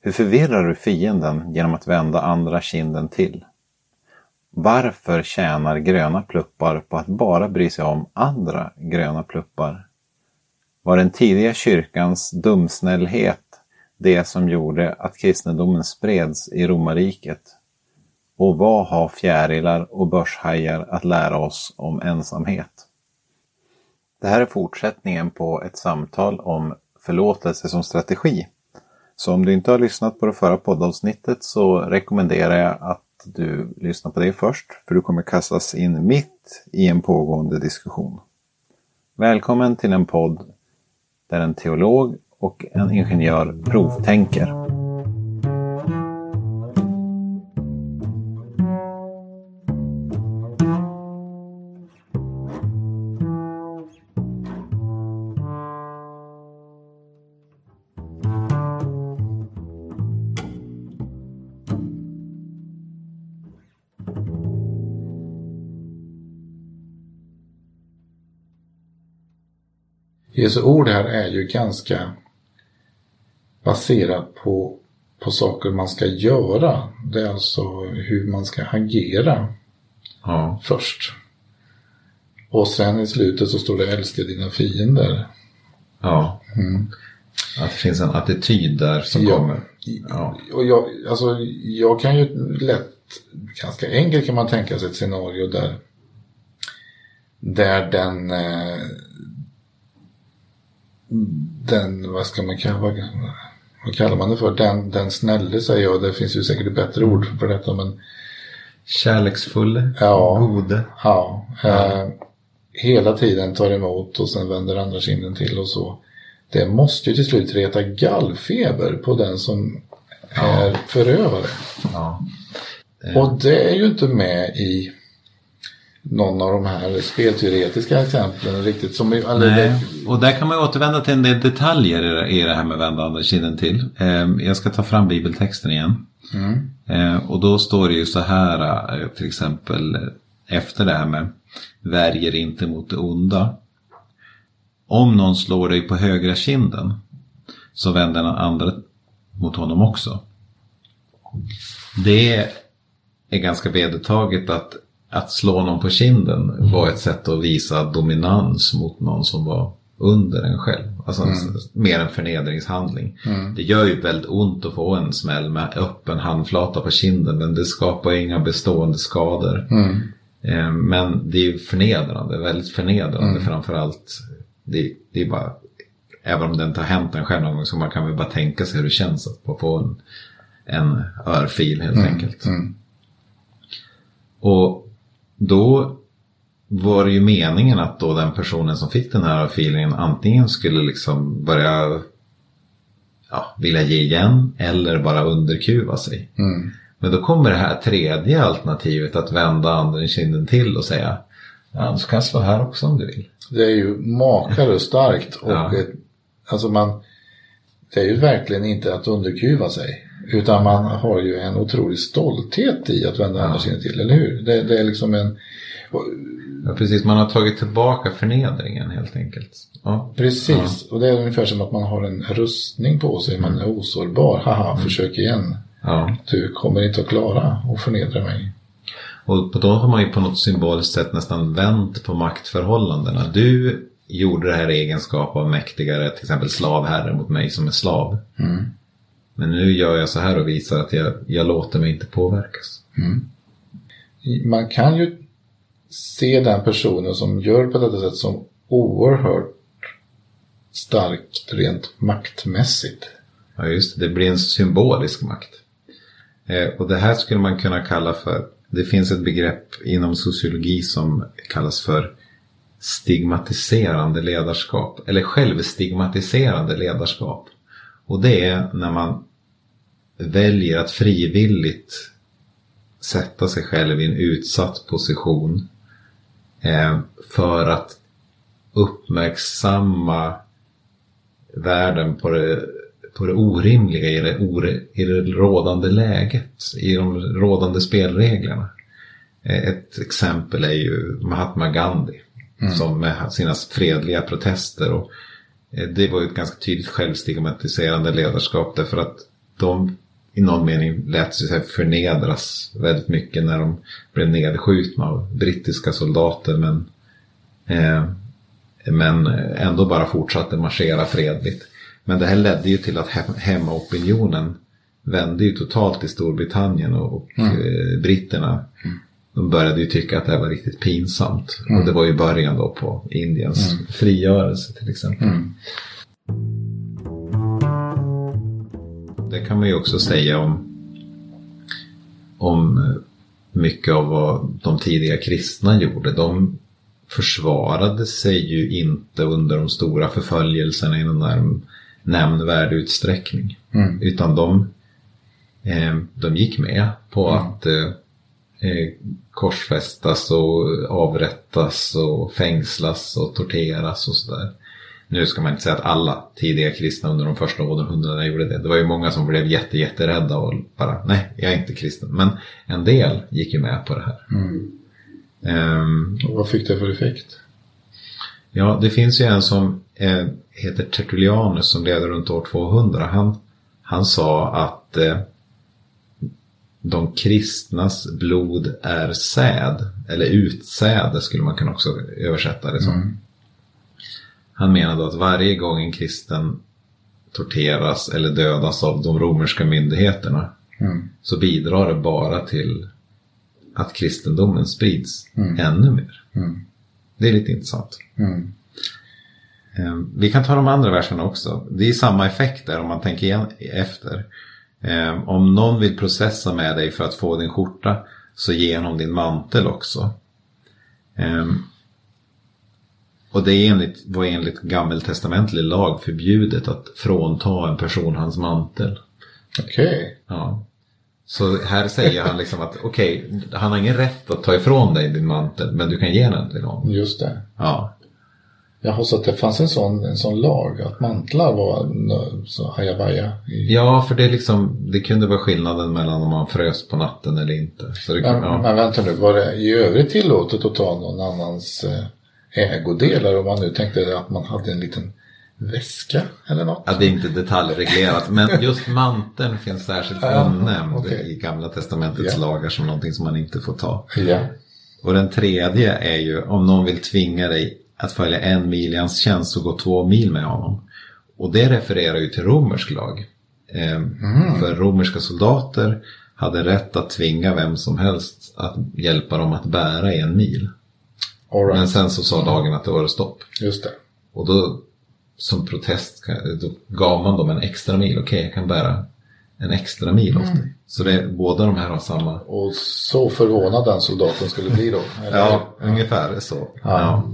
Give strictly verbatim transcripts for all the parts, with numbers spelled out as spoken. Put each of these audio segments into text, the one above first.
Hur förvirrar du fienden genom att vända andra kinden till? Varför tjänar gröna pluppar på att bara bry sig om andra gröna pluppar? Var den tidiga kyrkans dumsnällhet det som gjorde att kristendomen spreds i romarriket? Och vad har fjärilar och börshajar att lära oss om ensamhet? Det här är fortsättningen på ett samtal om förlåtelse som strategi. Så om du inte har lyssnat på det förra poddavsnittet så rekommenderar jag att du lyssnar på det först, för du kommer kastas in mitt i en pågående diskussion. Välkommen till en podd där en teolog och en ingenjör provtänker. Jesu ord här är ju ganska baserat på, på saker man ska göra. Det är alltså hur man ska agera ja. först. Och sen i slutet så står det älska dina fiender. Ja. Mm. Att det finns en attityd där som ja. kommer. Ja. Och jag, alltså, jag kan ju lätt, ganska enkelt kan man tänka sig ett scenario där, där den... Eh, den, vad ska man kalla, vad, vad kallar man det för? Den, den snälle säger jag, det finns ju säkert ett bättre ord för detta, men kärleksfull, ja, gode. Ja, ja. Eh, hela tiden tar emot och sen vänder andra kinden till och så. Det måste ju till slut reta gallfeber på den som ja. är förövare. Ja. Eh. Och det är ju inte med i någon av de här spelteoretiska exemplen riktigt som eller Nej. Det... Och där kan man ju återvända till en del detaljer i det här med vända andra kinden till. Jag ska ta fram bibeltexten igen. Mm. Och då står det ju så här, till exempel efter det här med värjer inte mot det onda. Om någon slår dig på högra kinden så vänder den andra mot honom också. Det är ganska vedertaget att Att slå någon på kinden var ett sätt att visa dominans mot någon som var under en själv. Alltså mm. mer en förnedringshandling. Mm. Det gör ju väldigt ont att få en smäll med öppen handflata på kinden. Men det skapar inga bestående skador. Mm. Eh, men det är ju förnedrande. Väldigt förnedrande mm. framförallt. Det, det är bara, även om det inte har hänt en själv någon gång, så man kan väl bara tänka sig hur det känns att få en, en örfil helt mm. enkelt. Mm. Och då var det ju meningen att då den personen som fick den här feelingen antingen skulle liksom börja ja, vilja ge igen eller bara underkuva sig. Mm. Men då kommer det här tredje alternativet att vända andra kinden till och säga ja, du kan slå här också om du vill. Det är ju makare starkt och ja. ett, alltså man, det är ju verkligen inte att underkuva sig. Utan man har ju en otrolig stolthet i att vända ja. andra kinden till, eller hur? Det, det är liksom en... Ja, precis. Man har tagit tillbaka förnedringen helt enkelt. Ja. Precis. Ja. Och det är ungefär som att man har en rustning på sig. Man är osårbar. Haha, mm. försök igen. Ja. Du kommer inte att klara och förnedra mig. Och då har man ju på något symboliskt sätt nästan vänt på maktförhållandena. Du gjorde det här i egenskap av mäktigare, till exempel slavherre mot mig som är slav. Mm. Men nu gör jag så här och visar att jag, jag låter mig inte påverkas. Mm. Man kan ju se den personen som gör på detta sätt som oerhört starkt rent maktmässigt. Ja just det, det blir en symbolisk makt. Eh, och det här skulle man kunna kalla för, det finns ett begrepp inom sociologi som kallas för stigmatiserande ledarskap. Eller självstigmatiserande ledarskap. Och det är när man väljer att frivilligt sätta sig själv i en utsatt position eh, för att uppmärksamma världen på det, på det orimliga i det, ore, i det rådande läget, i de rådande spelreglerna. Eh, ett exempel är ju Mahatma Gandhi mm. som med sina fredliga protester och det var ju ett ganska tydligt självstigmatiserande ledarskap därför att de i någon mening lät sig förnedras väldigt mycket när de blev nedskjutna av brittiska soldater, men, eh, men ändå bara fortsatte marschera fredligt. Men det här ledde ju till att hem, hemmaopinionen vände ju totalt i Storbritannien och, och mm. eh, britterna. Mm. De började ju tycka att det här var riktigt pinsamt. Mm. Och det var ju början då på Indiens mm. frigörelse till exempel. Mm. Det kan man ju också säga om, om mycket av vad de tidiga kristna gjorde. De försvarade sig ju inte under de stora förföljelserna i någon där nämnvärd utsträckning. Mm. Utan de, eh, de gick med på mm. att eh, korsfästas och avrättas och fängslas och torteras och sådär. Nu ska man inte säga att alla tidiga kristna under de första århundradena gjorde det. Det var ju många som blev jätte, jätterädda och bara, nej, jag är inte kristen. Men en del gick ju med på det här. Mm. Um, och vad fick det för effekt? Ja, det finns ju en som eh, heter Tertullianus som levde runt år tvåhundra. Han, han sa att eh, de kristnas blod är säd. Eller utsäde skulle man kunna också översätta det som. Mm. Han menade att varje gång en kristen torteras eller dödas av de romerska myndigheterna mm. så bidrar det bara till att kristendomen sprids mm. ännu mer. Mm. Det är lite intressant. Mm. Vi kan ta de andra verserna också. Det är samma effekt där om man tänker igen efter. Om någon vill processa med dig för att få din skjorta, så ge honom din mantel också. Och det är enligt, var enligt gammeltestamentlig lag förbjudet att frånta en person hans mantel. Okej. Okay. Ja. Så här säger han liksom att okej, okay, han har ingen rätt att ta ifrån dig din mantel, men du kan ge den till någon. Just det. Ja. Jag har så att det fanns en sån, en sån lag att mantlar var så hajabaja. I... Ja, för det liksom, det kunde vara skillnaden mellan om man frös på natten eller inte. Så det men, kan, ja. men vänta nu, var det i övrigt tillåtet att ta någon annans ägodelar om man nu tänkte att man hade en liten väska eller något? Ja, det är inte detaljreglerat, men just manteln finns särskilt omnämnd okay. i Gamla testamentets ja. lagar som någonting som man inte får ta. Ja. Och den tredje är ju om någon vill tvinga dig att följa en mil i hans tjänst och gå två mil med honom. Och det refererar ju till romersk lag. Ehm, mm. För romerska soldater hade rätt att tvinga vem som helst att hjälpa dem att bära en mil. All right. Men sen så sa lagen att det var stopp. Just det. Och då som protest då gav man dem en extra mil. Okej, okay, jag kan bära en extra mil åt dig. Mm. Så det, båda de här har samma. Och så förvånad den soldaten skulle bli då? Eller? Ja, ja, ungefär så. Ja. Ja.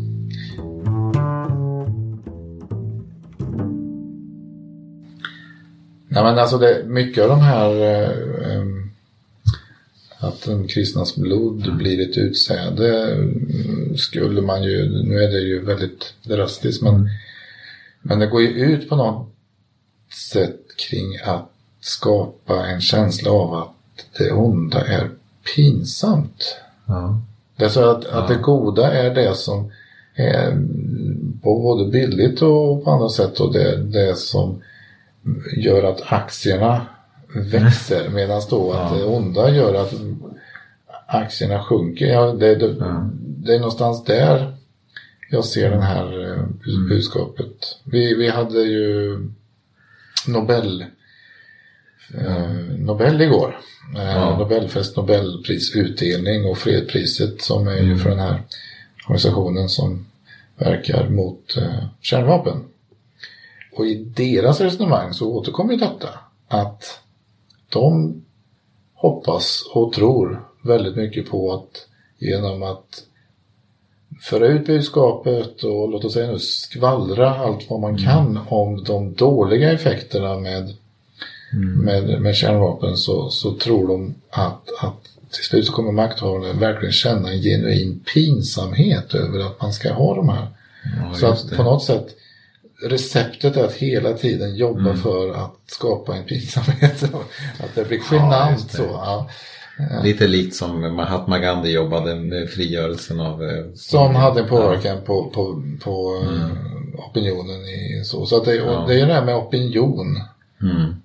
Nej, men alltså det, mycket av de här eh, att en kristnas blod mm. blir ett utsäde skulle man ju, nu är det ju väldigt drastiskt, men, mm. men det går ju ut på något sätt kring att skapa en känsla av att det onda är pinsamt. Ja. Det är så att, ja. att det goda är det som är på både billigt och på andra sätt, och det, det som gör att aktierna växer, medan då att ja. det onda gör att aktierna sjunker. Ja, det, det, ja. det är någonstans där jag ser den här mm. budskapet. Vi, vi hade ju Nobel eh, Nobel igår. Eh, ja. Nobelfest, Nobelprisutdelning och fredpriset som är mm. ju för den här organisationen som verkar mot eh, kärnvapen. Och i deras resonemang så återkommer detta att de hoppas och tror väldigt mycket på att genom att föra ut budskapet och låt oss säga nu skvallra allt vad man kan mm. om de dåliga effekterna med, mm. med, med kärnvapen, så, så tror de att, att till slut så kommer makthavarna verkligen känna en genuin pinsamhet över att man ska ha de här. Ja, så att på något sätt receptet är att hela tiden jobba mm. för att skapa en pinsamhet. Att det blir genant ja, så. Ja. Lite likt som Mahatma Gandhi jobbade med frigörelsen av... Som hade en påverkan ja. på, på, på mm. opinionen i så. Så att det, ja. det är det här med opinion. Mm.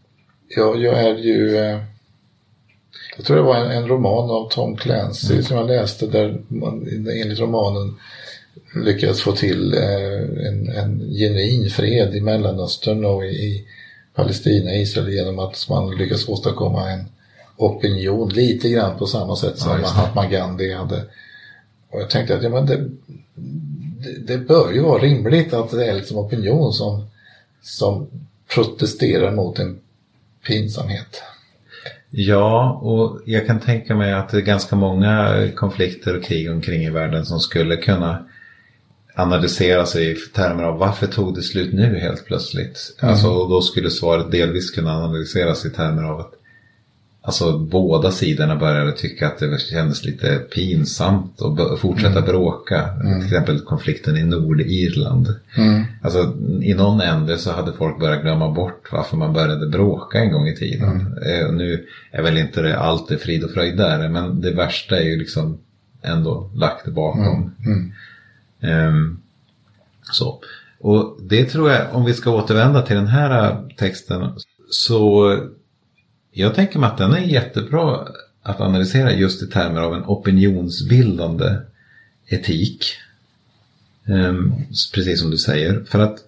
Ja, jag är ju... Eh, jag tror det var en, en roman av Tom Clancy mm. som jag läste där man enligt romanen lyckades få till eh, en, en genuin fred i Mellanöstern och i, i Palestina och Israel genom att man lyckas åstadkomma en opinion lite grann på samma sätt som ja, Mahatma Gandhi hade. Och jag tänkte att ja, men det, det, det bör ju vara rimligt att det är liksom opinion som, som protesterar mot en pinsamhet. Ja, och jag kan tänka mig att det är ganska många konflikter och krig omkring i världen som skulle kunna analysera sig i termer av varför tog det slut nu helt plötsligt. Mm. Alltså, och då skulle svaret delvis kunna analyseras i termer av att alltså, båda sidorna började tycka att det kändes lite pinsamt och b- fortsätta mm. bråka. Mm. Till exempel konflikten i Nordirland. Mm. Alltså, i någon ände så hade folk börjat glömma bort varför man började bråka en gång i tiden. Mm. Eh, nu är väl inte det allt är frid och fröjd där, men det värsta är ju liksom ändå lagt bakom. Mm. Mm. Um, så. Och det tror jag, om vi ska återvända till den här texten, så jag tänker mig att den är jättebra att analysera just i termer av en opinionsbildande etik. Um, precis som du säger. För att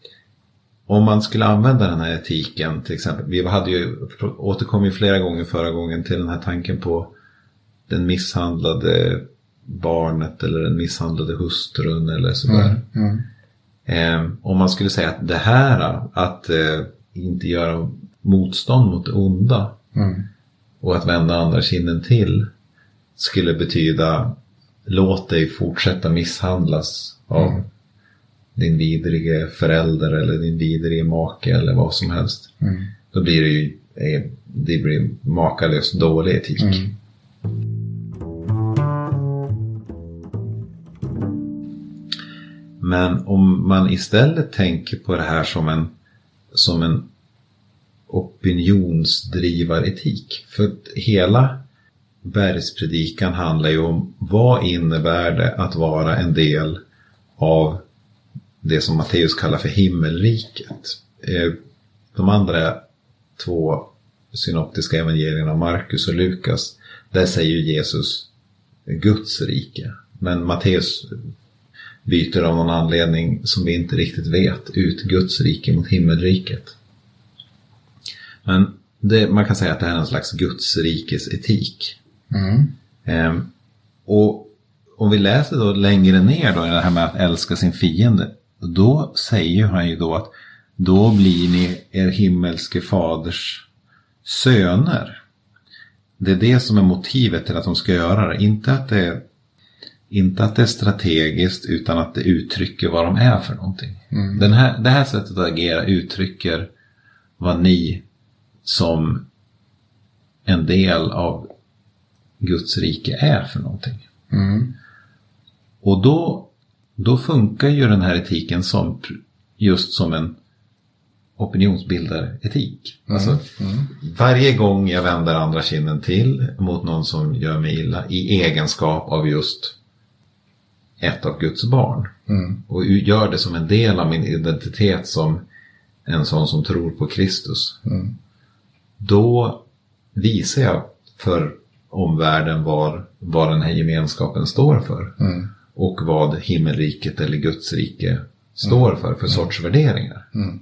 om man skulle använda den här etiken till exempel. Vi hade ju, återkom ju flera gånger förra gången till den här tanken på den misshandlade barnet eller den misshandlade hustrun eller sådär. Mm, mm. Um, om man skulle säga att det här att uh, inte göra motstånd mot det onda mm. och att vända andra kinden till skulle betyda låt dig fortsätta misshandlas av mm. din vidrige förälder eller din vidrige make eller vad som helst. Mm. Då blir det ju det blir makalöst dålig etik. Mm. Men om man istället tänker på det här som en som en opinionsdrivaretik. För hela bergspredikan handlar ju om vad innebär det att vara en del av det som Matteus kallar för himmelriket. De andra två synoptiska evangelierna, Markus och Lukas, där säger Jesus Guds rike. Men Matteus byter av någon anledning som vi inte riktigt vet ut Guds rike mot himmelriket. Men det, man kan säga att det här är en slags Guds rikes etik. Mm. Ehm, och om vi läser då längre ner då i det här med att älska sin fiende, då säger han ju då att då blir ni er himmelske faders söner. Det är det som är motivet till att de ska göra det. Inte att det är, inte att det är strategiskt, utan att det uttrycker vad de är för någonting. Mm. Den här, det här sättet att agera uttrycker vad ni som en del av Guds rike är för någonting. Mm. Och då, då funkar ju den här etiken som just som en opinionsbildaretik. Mm. Alltså, mm. varje gång jag vänder andra kinden till mot någon som gör mig illa i egenskap av just ett av Guds barn. Mm. Och gör det som en del av min identitet som en sån som tror på Kristus. Mm. Då visar jag för omvärlden vad, vad den här gemenskapen står för. Mm. Och vad himmelriket eller Guds rike står mm. för, för sorts mm. värderingar. Mm.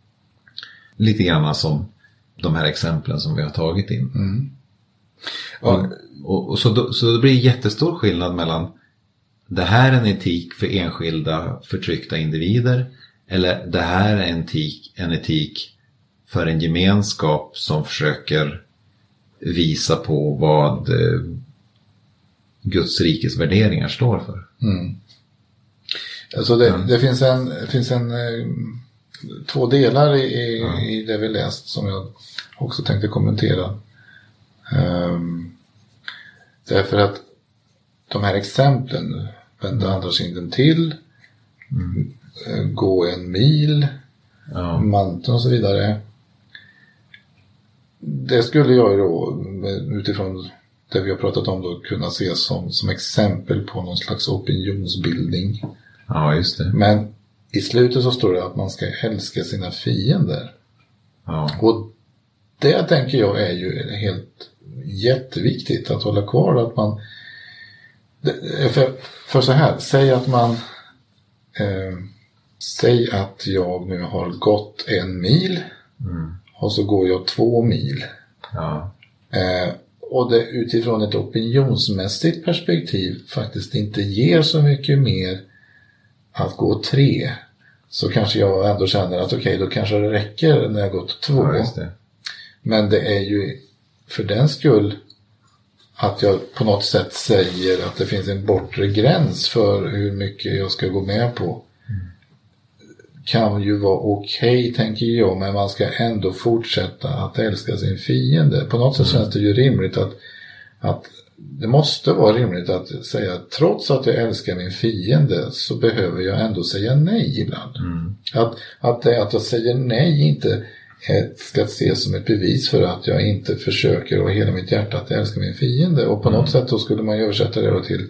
Lite grann som de här exemplen som vi har tagit in. Mm. Och, och, och så, då, så det blir jättestor skillnad mellan det här är en etik för enskilda förtryckta individer, eller det här är en etik, en etik för en gemenskap som försöker visa på vad eh, Guds rikes värderingar står för. Mm. Alltså det, mm. det finns en, det finns en eh, två delar i, i, mm. i det vi läst som jag också tänkte kommentera. Um, därför att de här exemplen, vända andra kinden till, mm. gå en mil, ja. manteln och så vidare. Det skulle jag då utifrån det vi har pratat om då kunna se som, som exempel på någon slags opinionsbildning. Ja, just det. Men i slutet så står det att man ska älska sina fiender. Ja. Och det tänker jag är ju helt jätteviktigt att hålla kvar, att man för, för så här, säg att man eh, säg att jag nu har gått en mil mm. och så går jag två mil. Ja. Eh, och det utifrån ett opinionsmässigt perspektiv faktiskt inte ger så mycket mer att gå tre, så kanske jag ändå känner att okej, okay, då kanske det räcker när jag gått två. Ja, just det. Men det är ju för den skull att jag på något sätt säger att det finns en bortre gräns för hur mycket jag ska gå med på. Mm. Kan ju vara okej, okay, tänker jag, men man ska ändå fortsätta att älska sin fiende. På något sätt mm. känns det ju rimligt att, att det måste vara rimligt att säga att trots att jag älskar min fiende så behöver jag ändå säga nej ibland. Mm. Att, att, det, att jag säger nej inte ska ses som ett bevis för att jag inte försöker av hela mitt hjärta att älska min fiende. Och på mm. något sätt då skulle man översätta det då till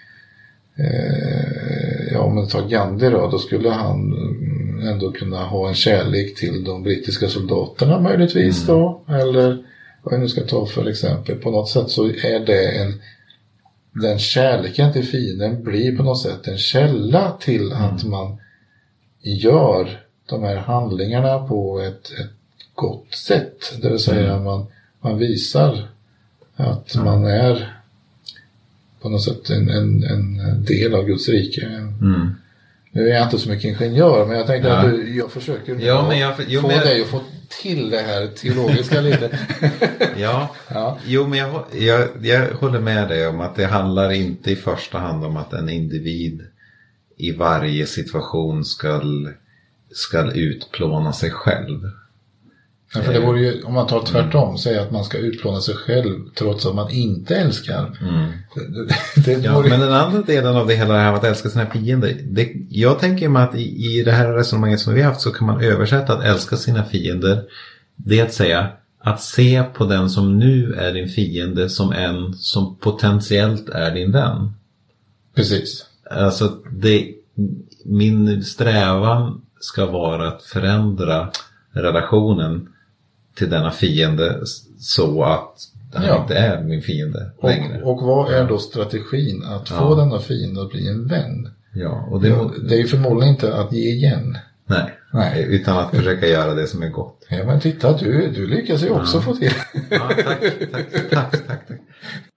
eh, ja, om man tar Gandhi då, då skulle han ändå kunna ha en kärlek till de brittiska soldaterna möjligtvis mm. då, eller vad jag nu ska ta för exempel. På något sätt så är det en, den kärleken till fienden blir på något sätt en källa till mm. att man gör de här handlingarna på ett, ett gott sätt. Det vill säga mm. man, man visar att mm. man är på något sätt en, en, en del av Guds rike. Mm. Nu är jag inte så mycket ingenjör, men jag tänkte ja. att du, jag försöker ja, men jag, jo, få men jag... dig att få till det här teologiska lite. ja. ja, jo men jag, jag, jag håller med dig om att det handlar inte i första hand om att en individ i varje situation ska ska utplåna sig själv. Ja, för det vore ju, om man tar tvärtom, mm. säga att man ska utplåna sig själv trots att man inte älskar. Mm. Det, det ja, vore... Men den andra delen av det hela det här att älska sina fiender, det, jag tänker mig att i, i det här resonemanget som vi har haft så kan man översätta att älska sina fiender, det är att säga att se på den som nu är din fiende som en som potentiellt är din vän. Precis. Alltså det, min strävan ska vara att förändra relationen till denna fiende så att han ja. inte är min fiende och, längre. Och vad är då strategin att ja. få denna fiende att bli en vän? Ja, och det, ja, det är ju förmodligen inte att ge igen. Nej, Nej. utan att försöka göra det som är gott. Ja, men titta, du, du lyckas ju också ja. få till. Ja, tack, tack, tack, tack, tack.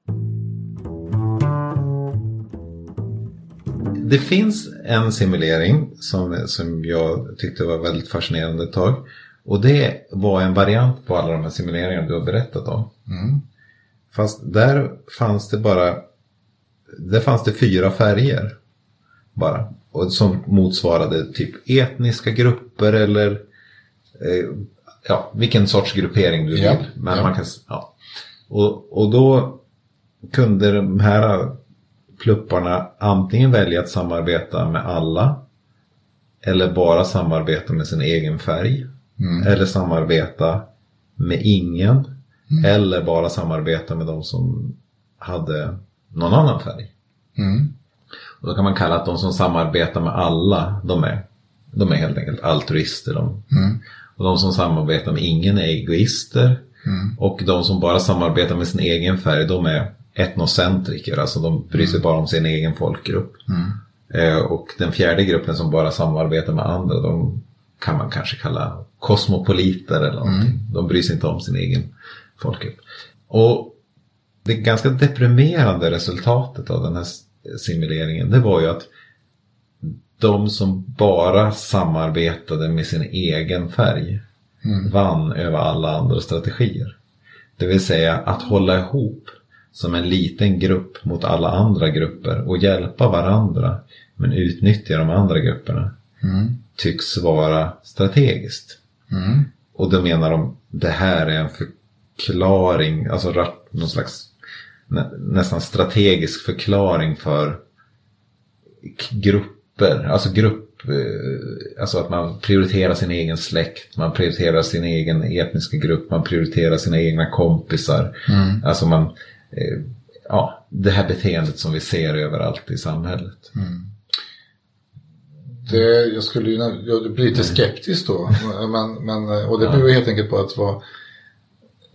Det finns en simulering som, som jag tyckte var väldigt fascinerande ett tag. Och det var en variant på alla de här simuleringarna du har berättat om. Mm. Fast där fanns det bara där fanns det fyra färger bara. Och som motsvarade typ etniska grupper eller eh, ja, vilken sorts gruppering du vill. Ja, Men ja. man kan, ja. och, och då kunde de här plupparna antingen välja att samarbeta med alla eller bara samarbeta med sin egen färg. Mm. Eller samarbeta med ingen. Mm. Eller bara samarbeta med de som hade någon annan färg. Mm. Och då kan man kalla att de som samarbetar med alla, de är, de är helt enkelt altruister. De. Mm. Och de som samarbetar med ingen är egoister. Mm. Och de som bara samarbetar med sin egen färg, de är etnocentriker. Alltså de bryr sig mm. bara om sin egen folkgrupp. Mm. Eh, och den fjärde gruppen som bara samarbetar med andra, de kan man kanske kalla kosmopoliter eller någonting. Mm. De bryr sig inte om sin egen folkgrupp. Och det ganska deprimerande resultatet av den här simuleringen, det var ju att de som bara samarbetade med sin egen färg mm. vann över alla andra strategier. Det vill säga att hålla ihop som en liten grupp mot alla andra grupper och hjälpa varandra men utnyttja de andra grupperna mm. tycks vara strategiskt. Mm. Och då menar de, det här är en förklaring, alltså någon slags nä, nästan strategisk förklaring för grupper, alltså grupp, alltså att man prioriterar sin egen släkt, man prioriterar sin egen etniska grupp, man prioriterar sina egna kompisar. Mm. Alltså man, ja, det här beteendet som vi ser överallt i samhället. Mm. Det, jag skulle ju jag blir lite skeptisk då, men, men, och det beror helt enkelt på att vad,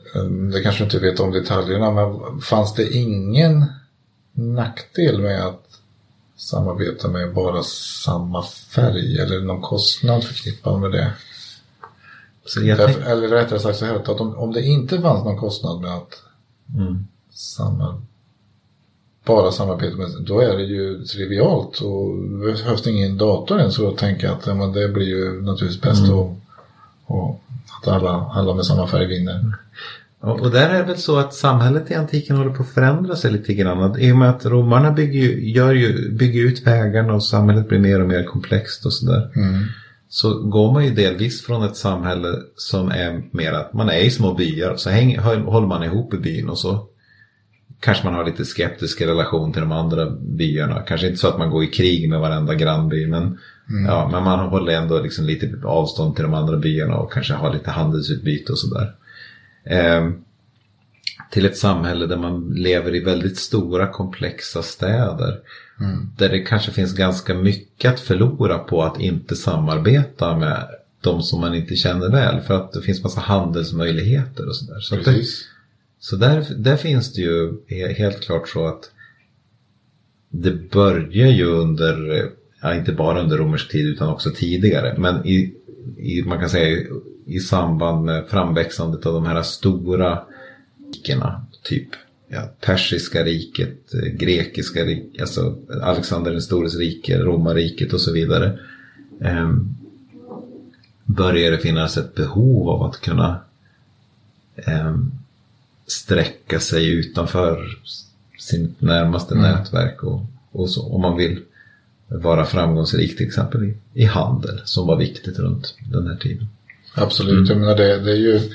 det kanske inte vet om detaljerna, men fanns det ingen nackdel med att samarbeta med bara samma färg eller någon kostnad förknippad med det? Så jag Därför, tänk... Eller rättare sagt så här, att om, om det inte fanns någon kostnad med att mm. samma, bara samarbeta med, då är det ju trivialt och det behövs ingen dator än, så att tänka att ja, men det blir ju naturligtvis bäst mm. och, och att alla, alla med samma färg vinner. Och där är det väl så att samhället i antiken håller på att förändra sig lite grann. I och med att romarna bygger, gör ju, bygger ut vägarna och samhället blir mer och mer komplext och sådär. Mm. Så går man ju delvis från ett samhälle som är mer att man är i små byar och så hänger, håller man ihop i byn och så kanske man har lite skeptisk relation till de andra byarna. Kanske inte så att man går i krig med varenda grannby, men, mm. ja, men man håller ändå liksom lite avstånd till de andra byarna och kanske har lite handelsutbyte och sådär. Eh, till ett samhälle där man lever i väldigt stora komplexa städer mm. där det kanske finns ganska mycket att förlora på att inte samarbeta med de som man inte känner väl, för att det finns massa handelsmöjligheter och sådär. Så, det, så där, där finns det ju helt klart så att det börjar ju under, ja, inte bara under romersk tid utan också tidigare, men i, i man kan säga i samband med framväxandet av de här stora rikena, typ ja, persiska riket, grekiska riket, alltså Alexander den stores rike, romarriket och så vidare, eh, börjar det finnas ett behov av att kunna eh, sträcka sig utanför sin närmaste mm. nätverk och, och så, om man vill vara framgångsrik till exempel i, i handel, som var viktigt runt den här tiden. Absolut, mm. jag menar det, det är ju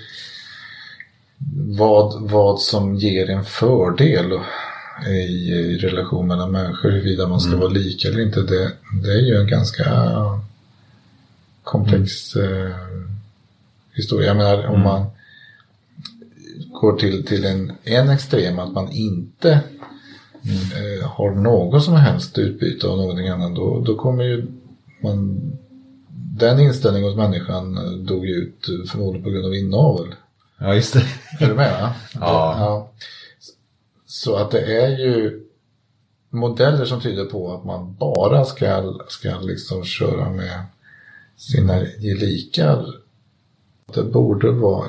vad, vad som ger en fördel i, i relation mellan människor, huruvida man ska mm. vara lika eller inte, det, det är ju en ganska komplex mm. eh, historia. Jag menar, mm. om man går till, till en, en extrem att man inte mm. eh, har något som helst utbyte av någonting annat, då, då kommer ju man, den inställningen hos människan dog ut förmodligen på grund av inavel. Ja, just det. Är du med, va? Ja. Ja. Så att det är ju modeller som tyder på att man bara ska, ska liksom köra med sina gelikar. Det borde vara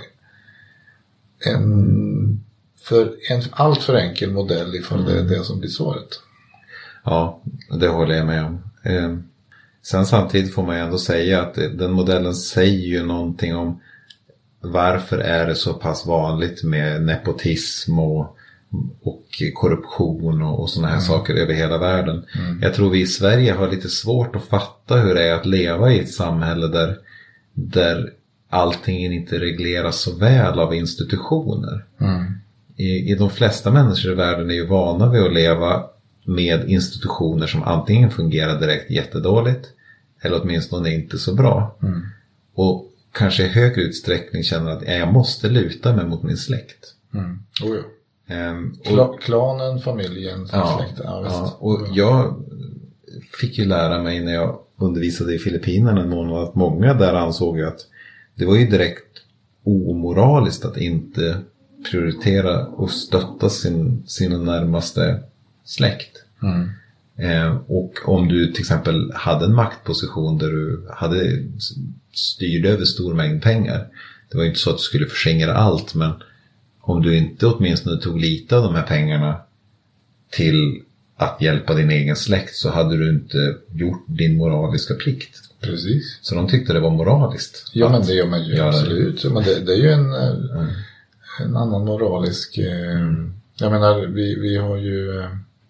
en, för, en allt för enkel modell ifall mm. det är det som blir svaret. Ja, det håller jag med om. Eh, sen samtidigt får man ju ändå säga att den modellen säger ju någonting om varför är det så pass vanligt med nepotism och, och korruption och, och såna här mm. saker över hela världen. Mm. Jag tror vi i Sverige har lite svårt att fatta hur det är att leva i ett samhälle där, där allting inte regleras så väl av institutioner. Mm. I, I de flesta människor i världen är ju vana vid att leva med institutioner som antingen fungerar direkt jättedåligt eller åtminstone inte så bra. Mm. Och kanske i högre utsträckning känner att jag måste luta mig mot min släkt. Mm. Oh ja. Um, och, Kla- klanen, familjen, ja, släkten. Ja, ja, och jag fick ju lära mig när jag undervisade i Filippinerna en månad att många där ansåg att det var ju direkt omoraliskt att inte prioritera och stötta sin, sina närmaste släkt. Mm. Eh, och om du till exempel hade en maktposition där du hade styrde över stor mängd pengar, det var ju inte så att du skulle förskingra allt, men om du inte åtminstone tog lite av de här pengarna till att hjälpa din egen släkt, så hade du inte gjort din moraliska plikt. Precis. Så de tyckte det var moraliskt. Ja, men det gör man ju absolut. Men det, det är ju en, mm. en annan moralisk... Mm. Jag menar, vi, vi har ju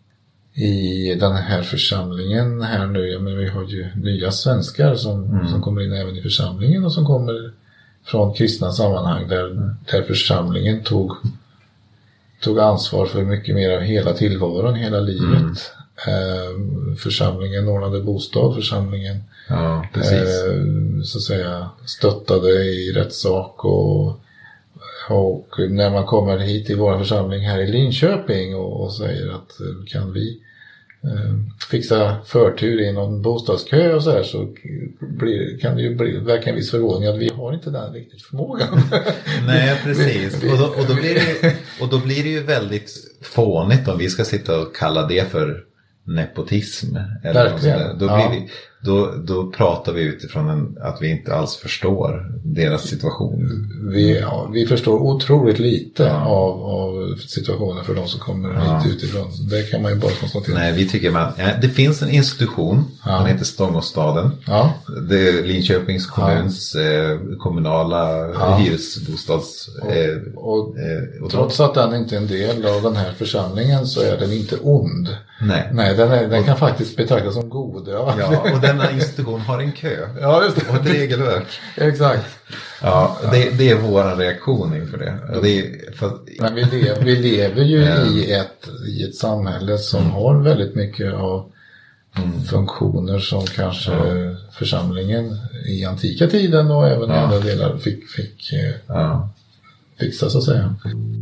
i den här församlingen här nu, jag menar, vi har ju nya svenskar som, mm. som kommer in även i församlingen och som kommer från kristna sammanhang där, mm. där församlingen tog, tog ansvar för mycket mer av hela tillvaron, hela livet. Mm. Eh, församlingen ordnade bostad, församlingen ja, precis. Eh, så att säga stöttade i rättssak och, och när man kommer hit i vår församling här i Linköping och, och säger att kan vi fixa förtur i någon bostadskö och så här, så blir, kan det ju bli, verka en viss förvåning att vi har inte den riktigt förmågan. Nej, precis. Och då, och, då blir det, och då blir det ju väldigt fånigt om vi ska sitta och kalla det för nepotism. Eller verkligen. Då, blir ja. vi, då, då pratar vi utifrån en, att vi inte alls förstår deras situation. Vi, ja, vi förstår otroligt lite ja. av, av situationen för de som kommer ja. hit utifrån. Det kan man ju bara konstatera. Nej, vi tycker man, ja, det finns en institution, ja. Den heter Stångåstaden. Ja. Det är Linköpings kommuns ja. eh, kommunala ja. hyresbostads... Eh, och, och, eh, och trots att den inte är en del av den här församlingen så är den inte ond. Nej, Nej den, är, den och, kan faktiskt betraktas som god. Ja, ja och denna institution har en kö. Ja, just det. Och ett regelverk. Exakt. Ja, det, det är vår reaktion inför det. det är, för... Men vi lever, vi lever ju mm. i, ett, i ett samhälle som mm. har väldigt mycket av mm. funktioner som kanske ja. församlingen i antika tiden och även ja. i andra delar fick, fick ja. fixa så att säga.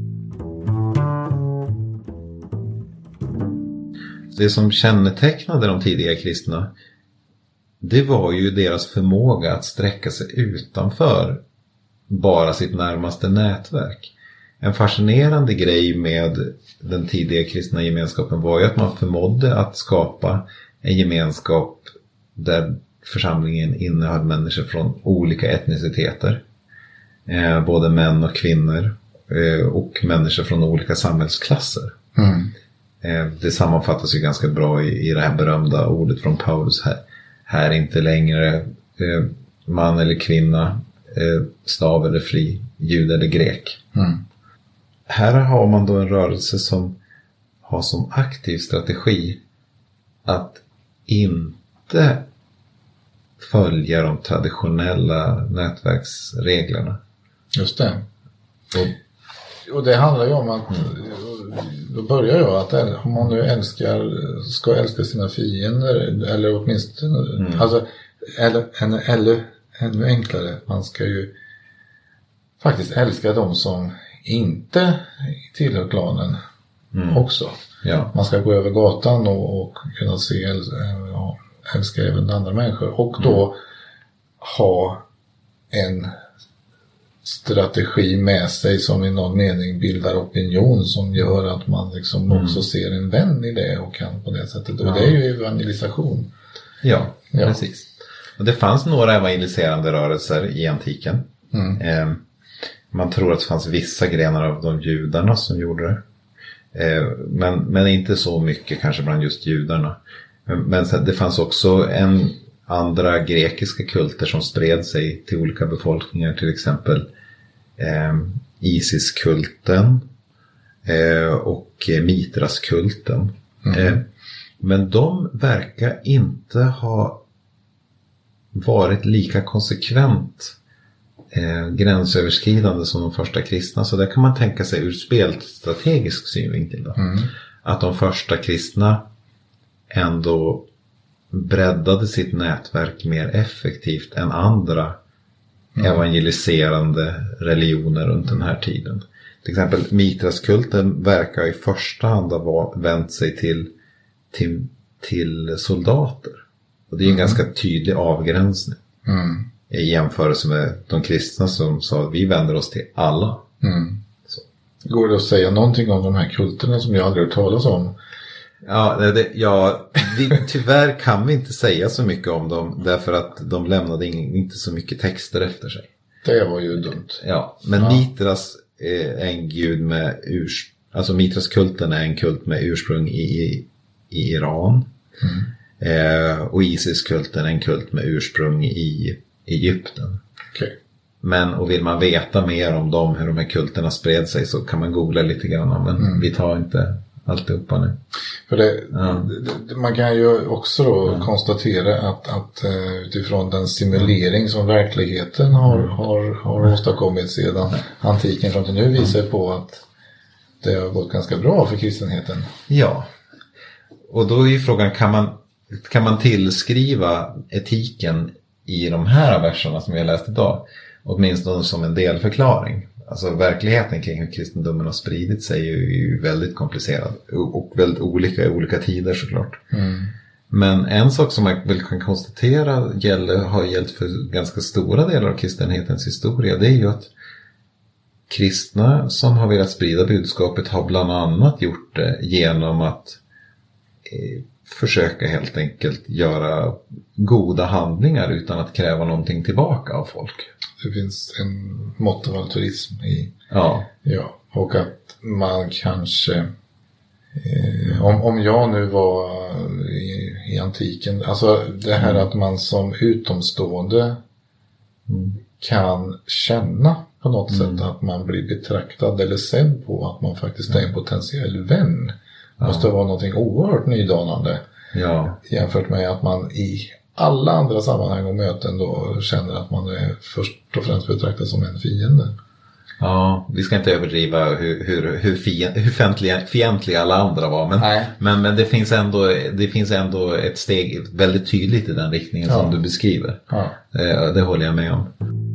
Det som kännetecknade de tidiga kristna, det var ju deras förmåga att sträcka sig utanför bara sitt närmaste nätverk. En fascinerande grej med den tidiga kristna gemenskapen var ju att man förmådde att skapa en gemenskap där församlingen innehöll människor från olika etniciteter. Eh, både män och kvinnor eh, och människor från olika samhällsklasser. Mm. Eh, det sammanfattas ju ganska bra i, i det här berömda ordet från Paulus här. Här är inte längre eh, man eller kvinna, eh, slav eller fri, jud eller grek. Mm. Här har man då en rörelse som har som aktiv strategi att inte följa de traditionella nätverksreglerna. Just det. Och, och det handlar ju om att mm. då börjar jag att om man nu älskar, ska älska sina fiender eller åtminstone mm. alltså, eller, eller, eller ännu enklare, man ska ju faktiskt älska de som inte tillhör klanen mm. också. Ja. Man ska gå över gatan och, och kunna se ja, älska även andra människor och då mm. ha en strategi med sig som i någon mening bildar opinion som gör att man liksom mm. också ser en vän i det och kan på det sättet. Och ja. det är ju evangelisation. Ja, ja, precis. Och det fanns några evangeliserande rörelser i antiken. Mm. Eh, man tror att det fanns vissa grenar av de judarna som gjorde det. Eh, men, men inte så mycket kanske bland just judarna. Men, men det fanns också en andra grekiska kulter som spred sig till olika befolkningar, till exempel eh, Isis-kulten eh, och Mitras-kulten. Mm. Eh, men de verkar inte ha varit lika konsekvent eh, gränsöverskridande som de första kristna. Så där kan man tänka sig ur spelstrategisk synvinkel då. Mm. Att de första kristna ändå breddade sitt nätverk mer effektivt än andra mm. evangeliserande religioner runt den här tiden. Till exempel Mitras-kulten verkar i första hand ha vänt sig till, till, till soldater. Och det är en mm. ganska tydlig avgränsning mm. i jämförelse med de kristna som sa att vi vänder oss till alla. Mm. Så. Går det att säga någonting om de här kulterna som jag aldrig hört talas om? Ja, det, ja vi, tyvärr kan vi inte säga så mycket om dem därför att de lämnade in, inte så mycket texter efter sig. Det var ju dumt. Ja, men ja. Mitras är en gud med urs, alltså Mitras-kulten är en kult med ursprung i, i Iran. Mm. Eh, och Isis-kulten är en kult med ursprung i Egypten. Okay. Men, och vill man veta mer om dem, hur de här kulterna spred sig, så kan man googla lite grann, men mm. vi tar inte alltihopa nu. För det, ja. det, man kan ju också då ja. konstatera att, att utifrån den simulering som verkligheten har, har, har åstadkommit sedan antiken fram till nu visar på att det har gått ganska bra för kristenheten. Ja, och då är ju frågan, kan man, kan man tillskriva etiken i de här verserna som vi har läst idag åtminstone som en delförklaring? alltså verkligheten kring hur kristendomen har spridit sig är ju väldigt komplicerad och väldigt olika i olika tider såklart. Mm. Men en sak som man väl kan konstatera gäller, har gällt för ganska stora delar av kristenhetens historia, det är ju att kristna som har velat sprida budskapet har bland annat gjort det genom att eh, försöka helt enkelt göra goda handlingar utan att kräva någonting tillbaka av folk. Det finns en mått av altruism i, ja. Ja, och att man kanske eh, om, om jag nu var i, i antiken, alltså det här mm. att man som utomstående mm. kan känna på något mm. sätt att man blir betraktad eller sedd på att man faktiskt är en potentiell vän. Ja. Måste vara någonting oerhört nydanande. Ja. Jämfört med att man i alla andra sammanhang och möten då känner att man är först och främst betraktad som en fiende. Ja, vi ska inte överdriva hur, hur, hur, fien, hur fientliga, fientliga alla andra var. Men, men, men det, finns ändå, det finns ändå ett steg väldigt tydligt i den riktningen ja. Som du beskriver. Ja. Det, det håller jag med om.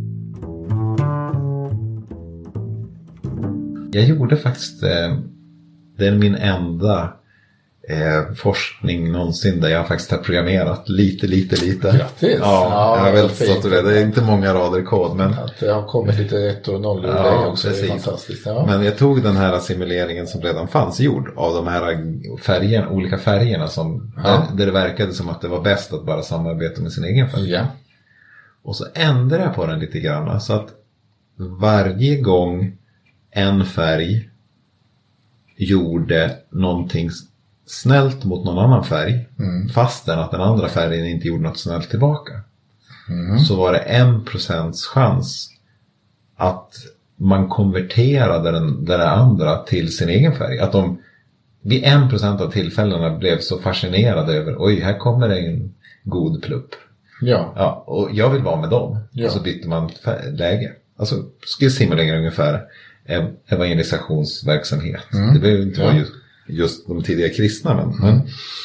Jag gjorde faktiskt, eh, det är min enda eh, forskning någonsin där jag faktiskt har programmerat lite, lite, lite. Grattis! Ja, ja jag är väldigt stolt över det. Det är inte många rader kod. Men att det har kommit lite ettor och nollor ja, dig också, precis. Det är fantastiskt. Ja. Men jag tog den här simuleringen som redan fanns gjord av de här färgerna, olika färgerna som, ja. där, där det verkade som att det var bäst att bara samarbeta med sin egen färg. Ja. Och så ändrade jag på den lite grann så att varje gång en färg gjorde någonting snällt mot någon annan färg mm. fastän att den andra färgen inte gjorde något snällt tillbaka mm. så var det en procents chans att man konverterade den, den andra till sin egen färg. Att de vid en procent av tillfällena blev så fascinerade över oj, här kommer det en god plupp. Ja. Ja, och jag vill vara med dem. Ja. Och så bytte man läge. Alltså skulle simulera ungefär evangelisationsverksamhet. Mm. Det behöver inte ja. vara just, just de tidiga kristna. Men, mm. men.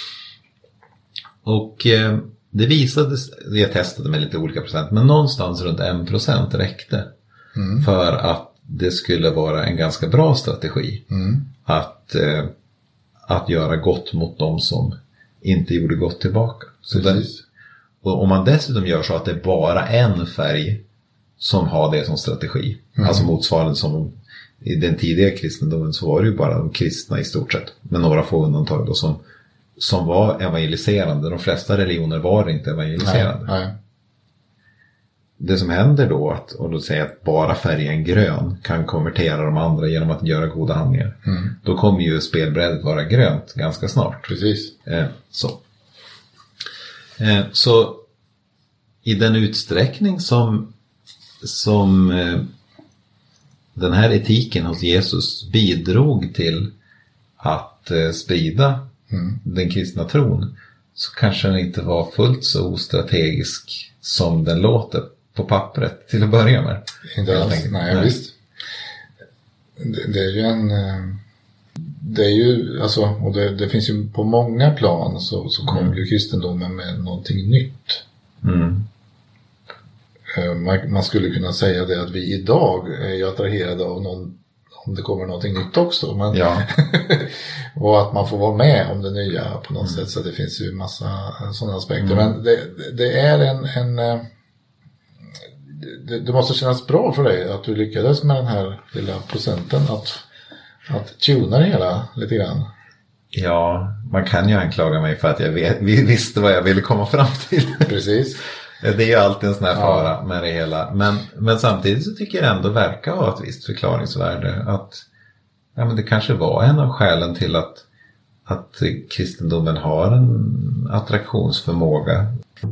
Och eh, det visade, jag testade med lite olika procent, men någonstans runt en procent räckte mm. för att det skulle vara en ganska bra strategi mm. att, eh, att göra gott mot dem som inte gjorde gott tillbaka. Så den, och om man dessutom gör så att det är bara en färg som har det som strategi, mm. alltså motsvarande som i den tidiga kristendomen så var det ju bara de kristna i stort sett, med några få undantag då, som, som var evangeliserande. De flesta religioner var inte evangeliserande. Nej, nej. Det som händer då, att, och då säger att bara färgen grön kan konvertera de andra genom att göra goda handlingar. Mm. Då kommer ju spelbrädet vara grönt ganska snart. Precis. Eh, så. Eh, så i den utsträckning som som eh, den här etiken hos Jesus bidrog till att eh, sprida mm. den kristna tron, så kanske den inte var fullt så ostrategisk som den låter på pappret till att börja med. Inte alls, nej, nej. Visst. Det, det är ju en det är ju, alltså, och det, det finns ju på många plan så, så kom mm. ju kristendomen med någonting nytt. Mm. Man, man skulle kunna säga det att vi idag är attraherade av någon, om det kommer någonting nytt också. Men ja. och att man får vara med om det nya på något mm. sätt. Så det finns ju massa sådana aspekter. Mm. Men det, det är en, en det, det måste kännas bra för dig att du lyckades med den här lilla procenten att, att tuna det hela lite grann. Ja, man kan ju anklaga mig för att jag vet, visste vad jag ville komma fram till. Precis. Det är ju alltid en sån här fara ja. med det hela. Men, men samtidigt så tycker jag ändå verkar ha ett visst förklaringsvärde. Att ja, men det kanske var en av skälen till att, att kristendomen har en attraktionsförmåga.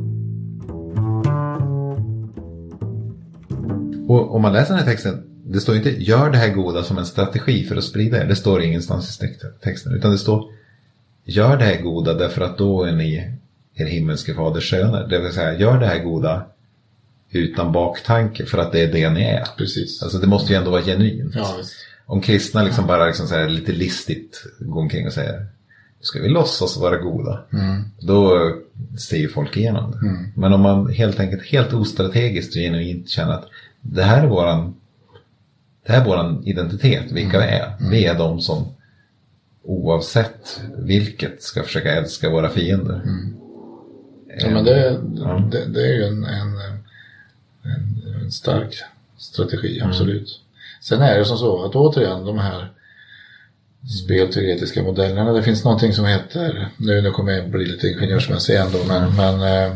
Och om man läser den här texten, det står inte gör det här goda som en strategi för att sprida er. Det står ingenstans i texten. Utan det står gör det här goda därför att då är ni er himmelske faders söner. Det vill säga, gör det här goda utan baktanke för att det är det ni är. Precis. Alltså det måste ju ändå vara genuint. Ja, visst. Om kristna liksom bara liksom så här lite listigt går omkring och säger ska vi låtsas vara goda? Mm. Då ser ju folk igenom det. Mm. Men om man helt enkelt helt ostrategiskt och genuint känner att det här är våran det här är vår identitet, vilka mm. vi är. Mm. Vi är de som oavsett vilket ska försöka älska våra fiender. Mm. Ja, men det, ja. det, det är ju en, en, en, en stark strategi, absolut. Mm. Sen är det som så att återigen de här spelteoretiska modellerna, det finns någonting som heter, nu, nu kommer jag bli lite ingenjörsmässig ändå, men, mm. men eh,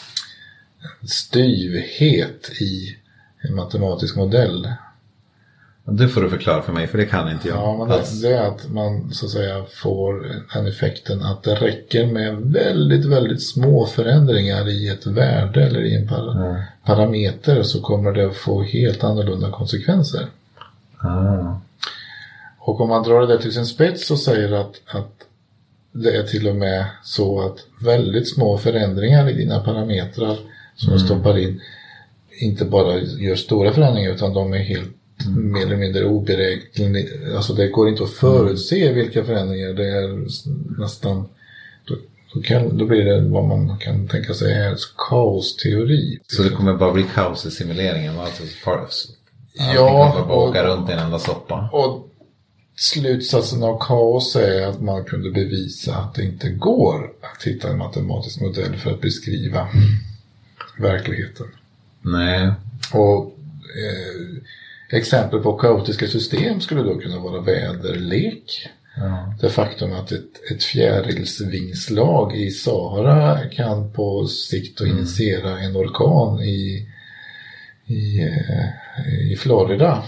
styvhet i en matematisk modell. Det får du förklara för mig, för det kan inte jag. Ja, men det, det är att man så att säga får den effekten att det räcker med väldigt, väldigt små förändringar i ett värde eller i en par- mm. parameter, så kommer det få helt annorlunda konsekvenser. Mm. Och om man drar det till sin spets så säger att, att det är till och med så att väldigt små förändringar i dina parametrar som mm. du stoppar in inte bara gör stora förändringar, utan de är helt Mm. mer eller mindre oberäkneliga. Alltså det går inte att förutse mm. vilka förändringar det är, nästan då, då, kan, då blir det vad man kan tänka sig är kaosteori. Så det kommer bara bli kaos i simuleringen? Alltså för, ja, kommer bara åka runt i en enda soppa. Och slutsatsen av kaos är att man kunde bevisa att det inte går att hitta en matematisk modell för att beskriva mm. verkligheten. Nej. Och eh, exempel på kaotiska system skulle då kunna vara väderlek. Ja. Det faktum att ett, ett fjärilsvingslag i Sahara kan på sikt mm. initiera en orkan i, i, i Florida.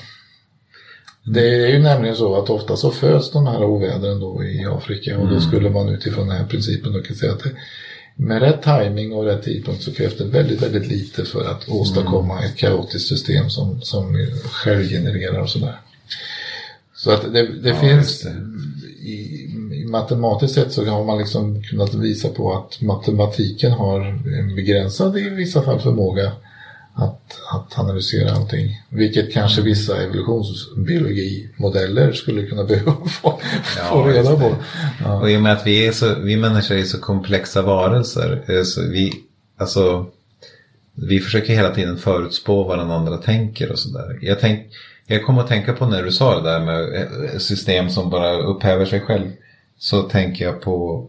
Det är ju nämligen så att ofta så föds de här ovädren då i Afrika, och mm. då skulle man utifrån den här principen då kan säga att det, med rätt timing och rätt tidpunkt så krävs det väldigt, väldigt lite för att åstadkomma mm. ett kaotiskt system som, som självgenererar och sådär. Så att det, det ja, finns det. I, i matematiskt sett så har man liksom kunnat visa på att matematiken har en begränsad i vissa fall förmåga att, att analysera allting. Vilket kanske vissa evolutionsbiologimodeller skulle kunna behöva få, ja, få reda på. Ja. Och i och med att vi, är så, vi människor är så komplexa varelser. Så vi, alltså, vi försöker hela tiden förutspå vad den andra tänker och sådär. Jag, tänk, jag kommer att tänka på när du sa det där med system som bara upphäver sig själv. Så tänker jag på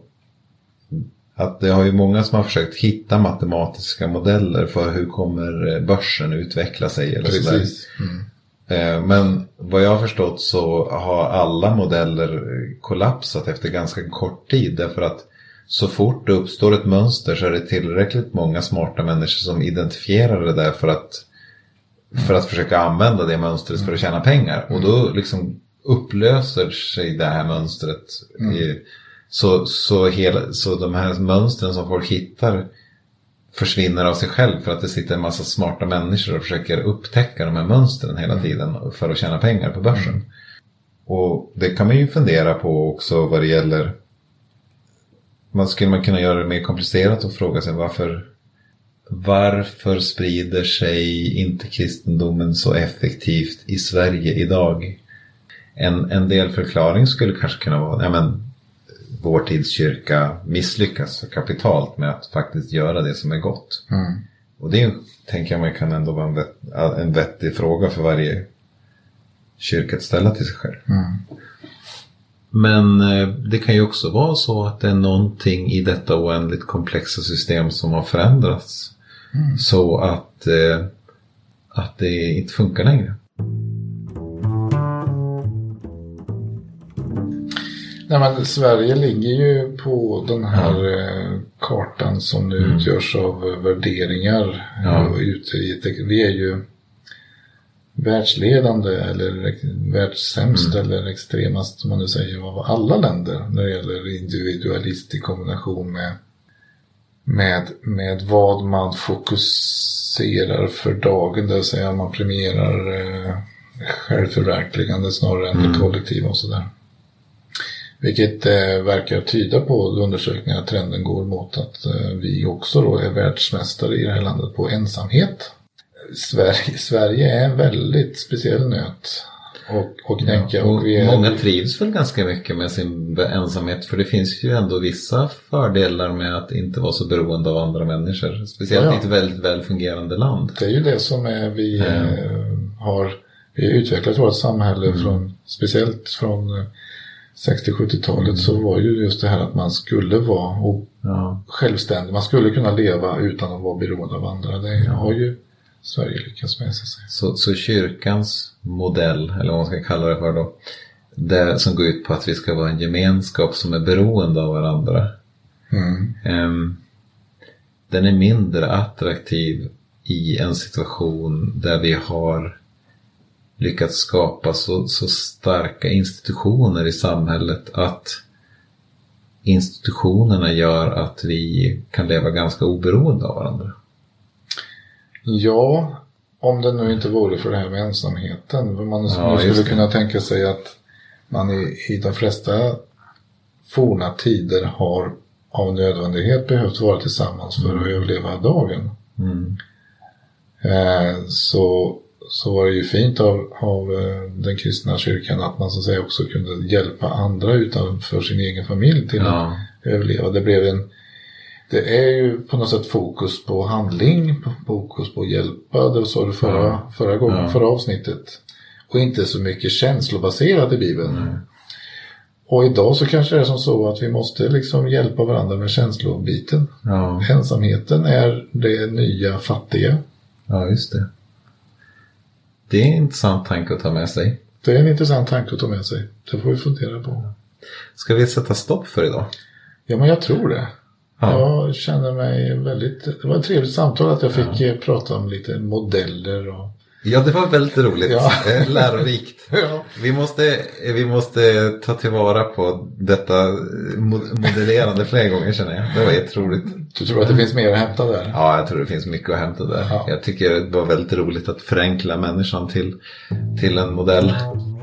att det har ju många som har försökt hitta matematiska modeller för hur kommer börsen utveckla sig eller sådär. Mm. Men vad jag har förstått så har alla modeller kollapsat efter ganska kort tid, därför att så fort det uppstår ett mönster så är det tillräckligt många smarta människor som identifierar det där för att, för att försöka använda det mönstret för att tjäna pengar. Och då liksom upplöser sig det här mönstret mm. i Så, så, hela, så de här mönstren som folk hittar försvinner av sig själv för att det sitter en massa smarta människor och försöker upptäcka de här mönstren hela tiden för att tjäna pengar på börsen. Mm. Och det kan man ju fundera på också vad det gäller. Man skulle man kunna göra det mer komplicerat och fråga sig varför, varför sprider sig inte kristendomen så effektivt i Sverige idag? En, en del förklaring skulle kanske kunna vara, ja men vår tids kyrka misslyckas så kapitalt med att faktiskt göra det som är gott. Mm. Och det tänker jag man kan ändå vara en, vett, en vettig fråga för varje kyrka att ställa till sig själv. Mm. Men det kan ju också vara så att det är någonting i detta oändligt komplexa system som har förändrats. Mm. Så att, att det inte funkar längre. Nej, men Sverige ligger ju på den här ja. kartan som nu mm. utgörs av värderingar. Ja. Ute i ett, vi är ju världsledande eller världssämst mm. eller extremast, som man nu säger, av alla länder när det gäller individualist i kombination med, med, med vad man fokuserar för dagen. Det vill säga man premierar eh, självförverkligande snarare än mm. det kollektiva och sådär. Vilket eh, verkar tyda på undersökningar att trenden går mot att eh, vi också då är världsmästare i det här landet på ensamhet. Sverige, Sverige är en väldigt speciell nöt och, och knäcka. Ja, och och vi är, många trivs väl ganska mycket med sin ensamhet, för det finns ju ändå vissa fördelar med att inte vara så beroende av andra människor. Speciellt ja, ja. i ett väldigt väl fungerande land. Det är ju det som är, vi mm. eh, har vi har utvecklat vårt samhälle mm. från, speciellt från sextio-sjuttiotalet mm. så var ju just det här att man skulle vara och ja. självständig. Man skulle kunna leva utan att vara beroende av andra. Det ja. har ju Sverige lyckats med sig. Så, så kyrkans modell, eller vad man ska kalla det för då, det som går ut på att vi ska vara en gemenskap som är beroende av varandra. Mm. Um, den är mindre attraktiv i en situation där vi har lyckats skapa så, så starka institutioner i samhället att institutionerna gör att vi kan leva ganska oberoende av varandra. Ja, om det nu inte vore för det här med ensamheten. Man ja, skulle kunna tänka sig att man i, i de flesta forna tider har av nödvändighet behövt vara tillsammans för att överleva dagen. Mm. Eh, så, så var det ju fint av, av den kristna kyrkan att man så att säga också kunde hjälpa andra utanför sin egen familj till ja. att överleva. Det blev en Det är ju på något sätt fokus på handling, fokus på att hjälpa, det sa du förra, ja. förra gången, ja. förra avsnittet. Och inte så mycket känslobaserat i Bibeln. Mm. Och idag så kanske det är som så att vi måste liksom hjälpa varandra med känslobiten. Ja. Ensamheten är det nya fattiga. Ja, just det. Det är en intressant tanke att ta med sig. Det är en intressant tanke att ta med sig. Det får vi fundera på. Ska vi sätta stopp för idag? Ja, men jag tror det. Ja. Jag känner mig väldigt... Det var ett trevligt samtal att jag fick ja. prata om lite modeller och... Ja, det var väldigt roligt. Ja. Lärorikt. Ja. Vi måste, vi måste ta tillvara på detta modellerande flera gånger, känner jag. Det var jätteroligt. Du tror att det finns mer att hämta där? Ja, jag tror det finns mycket att hämta där. Ja. Jag tycker det var väldigt roligt att förenkla människan till, till en modell.